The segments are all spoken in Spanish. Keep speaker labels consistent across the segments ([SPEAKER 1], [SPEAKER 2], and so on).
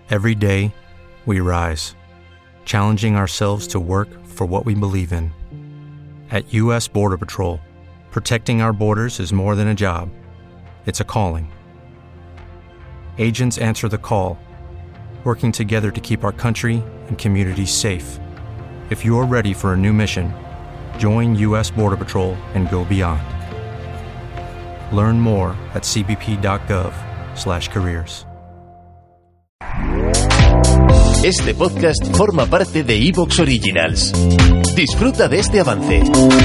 [SPEAKER 1] Every day, we rise, challenging ourselves to work for what we believe in. At U.S. Border Patrol, protecting our borders is more than a job. It's a calling. Agents answer the call, working together to keep our country and communities safe. If you're ready for a new mission, join U.S. Border Patrol and go beyond. Learn more at cbp.gov/careers.
[SPEAKER 2] Este podcast forma parte de Evox Originals. Disfruta de este avance.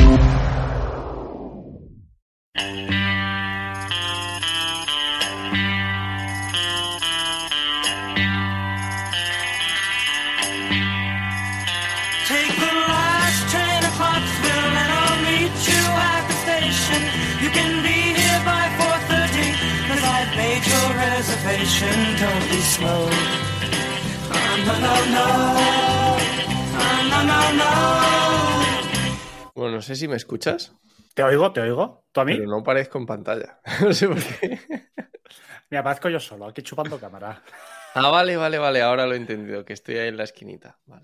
[SPEAKER 3] Don't be slow. No.
[SPEAKER 4] Bueno, no sé si me escuchas.
[SPEAKER 5] Te oigo. ¿Tú a mí?
[SPEAKER 4] Pero no parezco en pantalla. No sé por qué.
[SPEAKER 5] Me aparezco yo solo, aquí chupando cámara.
[SPEAKER 4] Ah, vale. Ahora lo he entendido, que estoy ahí en la esquinita. Vale.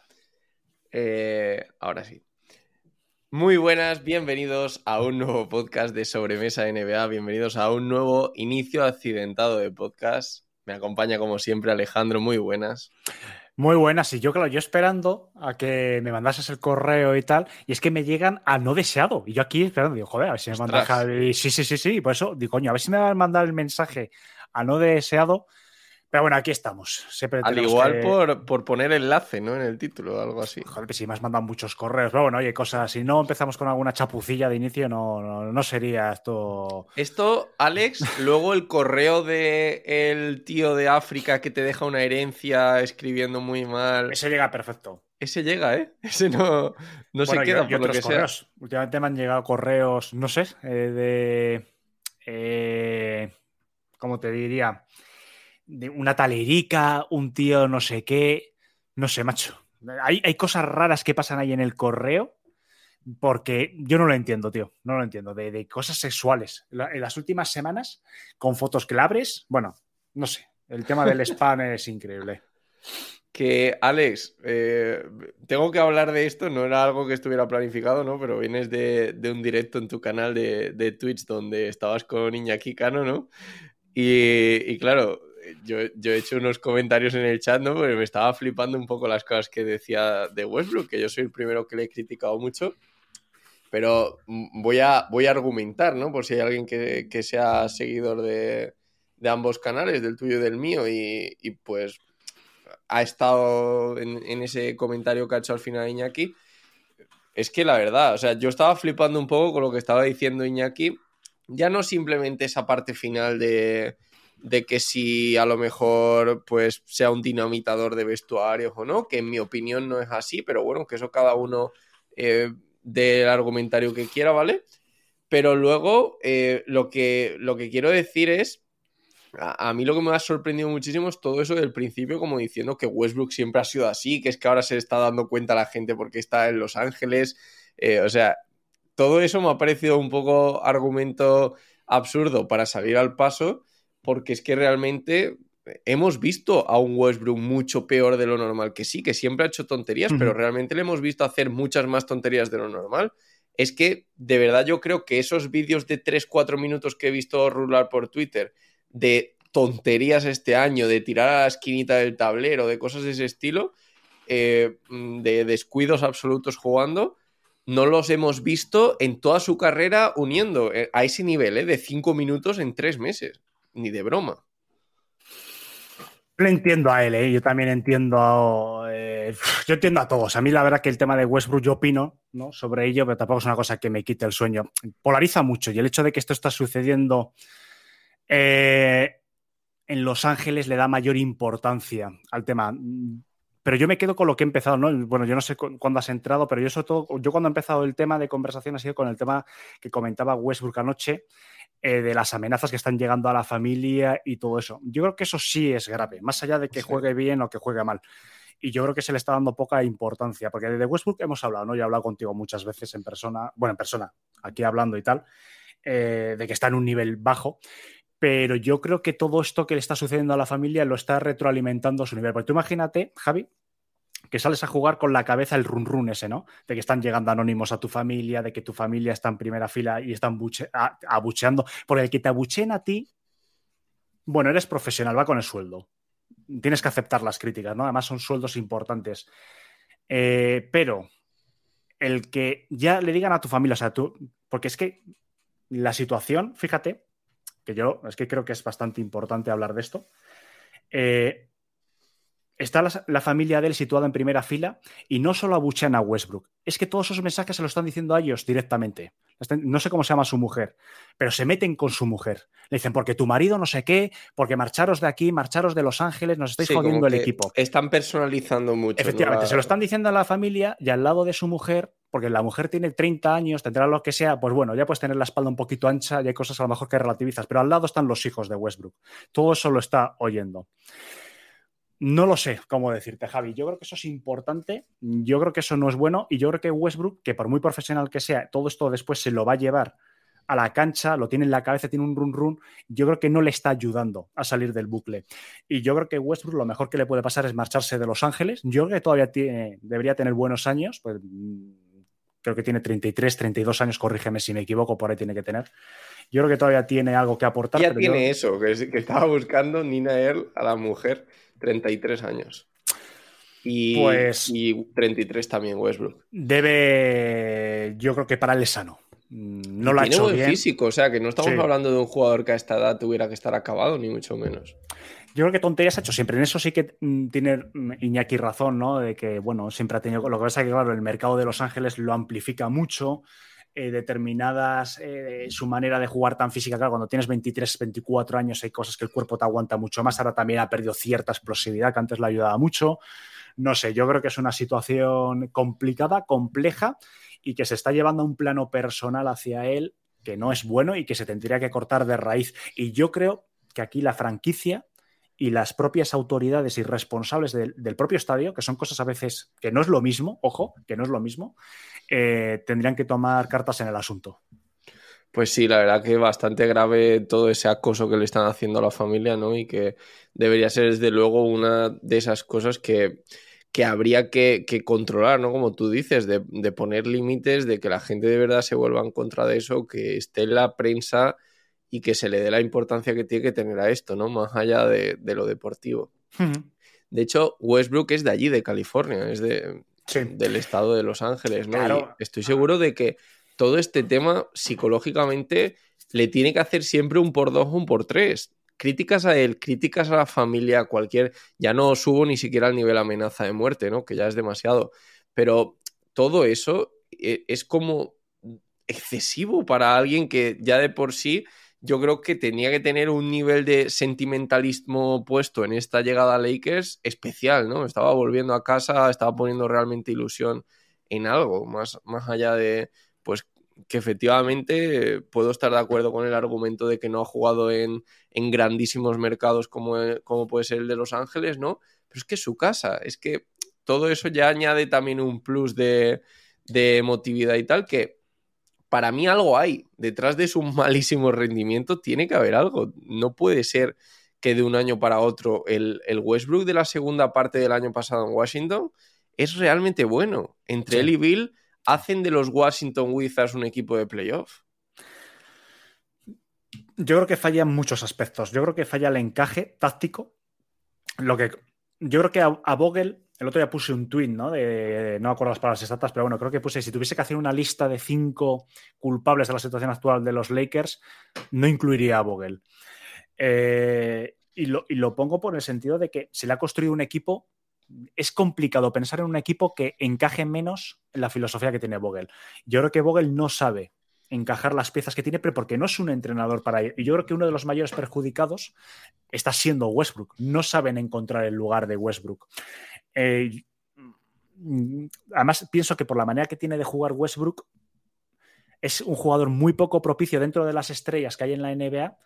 [SPEAKER 4] Ahora sí. Muy buenas, bienvenidos a un nuevo podcast de Sobremesa NBA. Bienvenidos a un nuevo inicio accidentado de podcast. Me acompaña como siempre Alejandro, muy buenas.
[SPEAKER 5] Muy buenas, y yo esperando a que me mandases el correo y tal, y es que me llegan a no deseado, y yo aquí esperando, digo, joder, a ver si me manda Javi. Sí, por eso digo, coño, a ver si me va a mandar el mensaje a no deseado. Pero bueno, aquí estamos. Siempre
[SPEAKER 4] al igual por poner enlace, ¿no? En el título o algo así.
[SPEAKER 5] Joder, pues sí, me has mandado muchos correos. Pero bueno, oye, cosas. Si no empezamos con alguna chapucilla de inicio, no sería esto.
[SPEAKER 4] Esto, Alex, luego el correo de el tío de África que te deja una herencia escribiendo muy mal.
[SPEAKER 5] Ese llega perfecto.
[SPEAKER 4] Ese llega, ¿eh? Ese no se queda por lo que
[SPEAKER 5] correos. Sea. Últimamente me han llegado correos, no sé, ¿cómo te diría? De una tal Erika, un tío no sé qué, no sé, macho. Hay cosas raras que pasan ahí en el correo porque yo no lo entiendo, tío. No lo entiendo. De cosas sexuales. En las últimas semanas, con fotos que la abres, bueno, no sé. El tema del spam es increíble.
[SPEAKER 4] Que, Alex, tengo que hablar de esto. No era algo que estuviera planificado, ¿no? Pero vienes de un directo en tu canal de Twitch donde estabas con Iñaki Cano, ¿no? Y claro, yo he hecho unos comentarios en el chat, ¿no? Porque me estaba flipando un poco las cosas que decía de Westbrook, que yo soy el primero que le he criticado mucho, pero voy a argumentar, ¿no? Por si hay alguien que sea seguidor de ambos canales, del tuyo y del mío, y pues ha estado en ese comentario que ha hecho al final Iñaki. Es que la verdad, o sea, yo estaba flipando un poco con lo que estaba diciendo Iñaki, ya no simplemente esa parte final de que si a lo mejor pues sea un dinamitador de vestuarios o no, que en mi opinión no es así, pero bueno, que eso cada uno del argumentario que quiera, ¿vale? Pero luego lo que quiero decir es, a mí lo que me ha sorprendido muchísimo es todo eso del principio, como diciendo que Westbrook siempre ha sido así, que es que ahora se está dando cuenta la gente porque está en Los Ángeles, o sea, todo eso me ha parecido un poco argumento absurdo para salir al paso, porque es que realmente hemos visto a un Westbrook mucho peor de lo normal, que sí, que siempre ha hecho tonterías, pero realmente le hemos visto hacer muchas más tonterías de lo normal. Es que, de verdad, yo creo que esos vídeos de 3-4 minutos que he visto rular por Twitter de tonterías este año, de tirar a la esquinita del tablero, de cosas de ese estilo, de descuidos absolutos jugando, no los hemos visto en toda su carrera uniendo a ese nivel, de 5 minutos en 3 meses. Ni de broma.
[SPEAKER 5] Le entiendo a él, yo también entiendo yo entiendo a todos. A mí la verdad que el tema de Westbrook yo opino, ¿no?, sobre ello, pero tampoco es una cosa que me quite el sueño. Polariza mucho, y el hecho de que esto está sucediendo en Los Ángeles le da mayor importancia al tema. Pero yo me quedo con lo que he empezado, ¿no? Bueno, yo no sé cuándo has entrado, pero yo sobre todo, yo cuando he empezado el tema de conversación ha sido con el tema que comentaba Westbrook anoche, de las amenazas que están llegando a la familia y todo eso. Yo creo que eso sí es grave, más allá de que juegue bien o que juegue mal. Y yo creo que se le está dando poca importancia, porque de Westbrook hemos hablado, ¿no? Yo he hablado contigo muchas veces en persona, aquí hablando y tal, de que está en un nivel bajo. pero yo creo que todo esto que le está sucediendo a la familia lo está retroalimentando a su nivel. Porque tú imagínate, Javi, que sales a jugar con la cabeza el run run ese, ¿no? De que están llegando anónimos a tu familia, de que tu familia está en primera fila y están abucheando. Porque el que te abucheen a ti, bueno, eres profesional, va con el sueldo. Tienes que aceptar las críticas, ¿no? Además son sueldos importantes. Pero el que ya le digan a tu familia, o sea, tú, porque es que la situación, fíjate, que yo es que creo que es bastante importante hablar de esto. Está la familia de él situada en primera fila y no solo abuchean a Westbrook, es que todos esos mensajes se lo están diciendo a ellos directamente. No sé cómo se llama su mujer, pero se meten con su mujer. Le dicen, porque tu marido no sé qué, porque marcharos de aquí, marcharos de Los Ángeles, nos estáis jodiendo el equipo.
[SPEAKER 4] Están personalizando mucho.
[SPEAKER 5] Efectivamente, ¿no? Se lo están diciendo a la familia y al lado de su mujer, porque la mujer tiene 30 años, tendrá lo que sea, pues bueno, ya puedes tener la espalda un poquito ancha y hay cosas a lo mejor que relativizas, pero al lado están los hijos de Westbrook. Todo eso lo está oyendo. No lo sé cómo decirte, Javi. Yo creo que eso es importante, yo creo que eso no es bueno y yo creo que Westbrook, que por muy profesional que sea, todo esto después se lo va a llevar a la cancha, lo tiene en la cabeza, tiene un run-run, yo creo que no le está ayudando a salir del bucle. Y yo creo que Westbrook lo mejor que le puede pasar es marcharse de Los Ángeles. Yo creo que todavía debería tener buenos años, pues creo que tiene 33, 32 años, corrígeme si me equivoco, por ahí tiene que tener. Yo creo que todavía tiene algo que aportar.
[SPEAKER 4] Ya tiene eso, que estaba buscando Nina Earl a la mujer, 33 años. Y 33 también Westbrook.
[SPEAKER 5] Yo creo que para él es sano. No lo ha hecho bien.
[SPEAKER 4] Tiene buen físico, o sea, que no estamos hablando de un jugador que a esta edad tuviera que estar acabado, ni mucho menos.
[SPEAKER 5] Yo creo que tonterías ha hecho siempre. En eso sí que tiene Iñaki razón, ¿no? De que, bueno, siempre ha tenido... Lo que pasa es que, claro, el mercado de Los Ángeles lo amplifica mucho. Determinadas... su manera de jugar tan física, claro, cuando tienes 23, 24 años hay cosas que el cuerpo te aguanta mucho más. Ahora también ha perdido cierta explosividad que antes le ayudaba mucho. No sé, yo creo que es una situación complicada, compleja y que se está llevando a un plano personal hacia él que no es bueno y que se tendría que cortar de raíz. Y yo creo que aquí la franquicia y las propias autoridades y responsables del propio estadio, que son cosas a veces que no es lo mismo, ojo, que no es lo mismo, tendrían que tomar cartas en el asunto.
[SPEAKER 4] Pues sí, la verdad que bastante grave todo ese acoso que le están haciendo a la familia, ¿no? Y que debería ser desde luego una de esas cosas que habría que controlar, ¿no? Como tú dices, de poner límites, de que la gente de verdad se vuelva en contra de eso, que esté en la prensa y que se le dé la importancia que tiene que tener a esto, ¿no? Más allá de lo deportivo. Uh-huh. De hecho, Westbrook es de allí, de California, es del estado de Los Ángeles, ¿no? Claro. Y estoy seguro de que todo este tema psicológicamente le tiene que hacer siempre un por dos, un por tres. Críticas a él, críticas a la familia, cualquier... Ya no subo ni siquiera al nivel amenaza de muerte, ¿no? Que ya es demasiado. Pero todo eso es como excesivo para alguien que ya de por sí yo creo que tenía que tener un nivel de sentimentalismo puesto en esta llegada a Lakers especial, ¿no? Estaba volviendo a casa, estaba poniendo realmente ilusión en algo, más allá de, pues, que efectivamente puedo estar de acuerdo con el argumento de que no ha jugado en grandísimos mercados como puede ser el de Los Ángeles, ¿no? Pero es que es su casa, es que todo eso ya añade también un plus de emotividad y tal, que para mí algo hay. Detrás de su malísimo rendimiento tiene que haber algo. No puede ser que de un año para otro el Westbrook de la segunda parte del año pasado en Washington es realmente bueno. Entre él y Bill hacen de los Washington Wizards un equipo de playoff.
[SPEAKER 5] Yo creo que falla en muchos aspectos. Yo creo que falla el encaje táctico. Yo creo que a Vogel, el otro día puse un tuit, ¿no? No me acuerdo las palabras exactas, pero bueno, creo que puse, si tuviese que hacer una lista de 5 culpables de la situación actual de los Lakers, no incluiría a Vogel. Y lo pongo por el sentido de que se le ha construido un equipo. Es complicado pensar en un equipo que encaje menos en la filosofía que tiene Vogel. Yo creo que Vogel no sabe encajar las piezas que tiene, pero porque no es un entrenador para ello. Y yo creo que uno de los mayores perjudicados está siendo Westbrook. No saben encontrar el lugar de Westbrook. Además, pienso que por la manera que tiene de jugar Westbrook, es un jugador muy poco propicio dentro de las estrellas que hay en la NBA.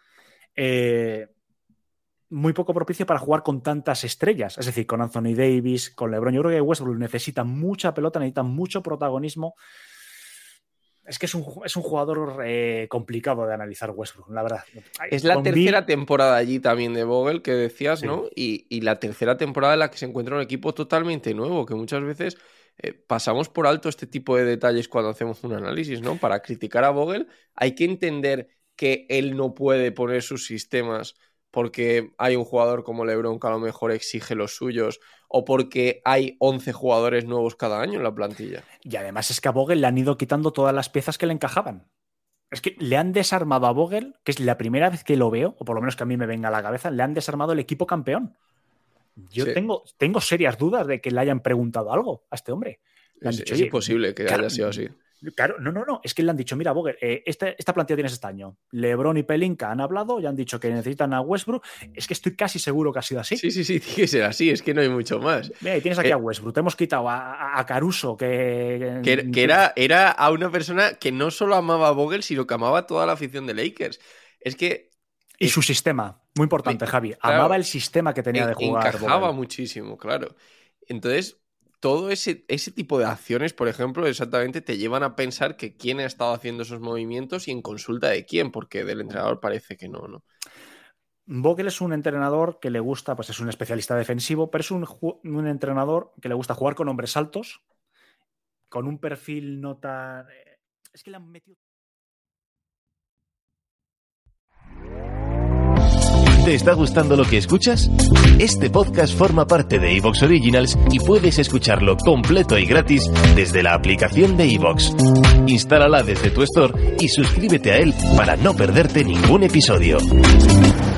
[SPEAKER 5] Muy poco propicio para jugar con tantas estrellas, es decir, con Anthony Davis, con LeBron. Yo creo que Westbrook necesita mucha pelota, necesita mucho protagonismo. Es que es un jugador complicado de analizar, Westbrook, la verdad.
[SPEAKER 4] Es la tercera temporada allí también de Vogel que decías, sí, ¿no? Y la tercera temporada en la que se encuentra un equipo totalmente nuevo, que muchas veces pasamos por alto este tipo de detalles cuando hacemos un análisis, ¿no? Para criticar a Vogel hay que entender que él no puede poner sus sistemas porque hay un jugador como LeBron que a lo mejor exige los suyos o porque hay 11 jugadores nuevos cada año en la plantilla.
[SPEAKER 5] Y además es que a Vogel le han ido quitando todas las piezas que le encajaban. Es que le han desarmado a Vogel, que es la primera vez que lo veo, o por lo menos que a mí me venga a la cabeza, le han desarmado el equipo campeón. Yo sí tengo serias dudas de que le hayan preguntado algo a este hombre. Le han dicho,
[SPEAKER 4] es imposible que haya sido así.
[SPEAKER 5] Claro, no. Es que le han dicho, mira, Vogel, esta plantilla tienes este año. LeBron y Pelinka han hablado y han dicho que necesitan a Westbrook. Es que estoy casi seguro que ha sido así.
[SPEAKER 4] Sí, tiene que ser así. Es que no hay mucho más.
[SPEAKER 5] Mira, y tienes aquí a Westbrook. Te hemos quitado a Caruso, que
[SPEAKER 4] era a una persona que no solo amaba a Vogel, sino que amaba a toda la afición de Lakers. Es que...
[SPEAKER 5] Y su sistema. Muy importante, Javi. Amaba claro, el sistema que tenía de jugar.
[SPEAKER 4] Encajaba
[SPEAKER 5] Vogel
[SPEAKER 4] muchísimo, claro. Entonces... todo ese tipo de acciones, por ejemplo, exactamente te llevan a pensar que quién ha estado haciendo esos movimientos y en consulta de quién, porque del entrenador parece que no.
[SPEAKER 5] Vogel es un entrenador que le gusta, pues es un especialista defensivo, pero es un entrenador que le gusta jugar con hombres altos, con un perfil no tan... Es que le han metido...
[SPEAKER 2] ¿Te está gustando lo que escuchas? Este podcast forma parte de iVoox Originals y puedes escucharlo completo y gratis desde la aplicación de iVoox. Instálala desde tu store y suscríbete a él para no perderte ningún episodio.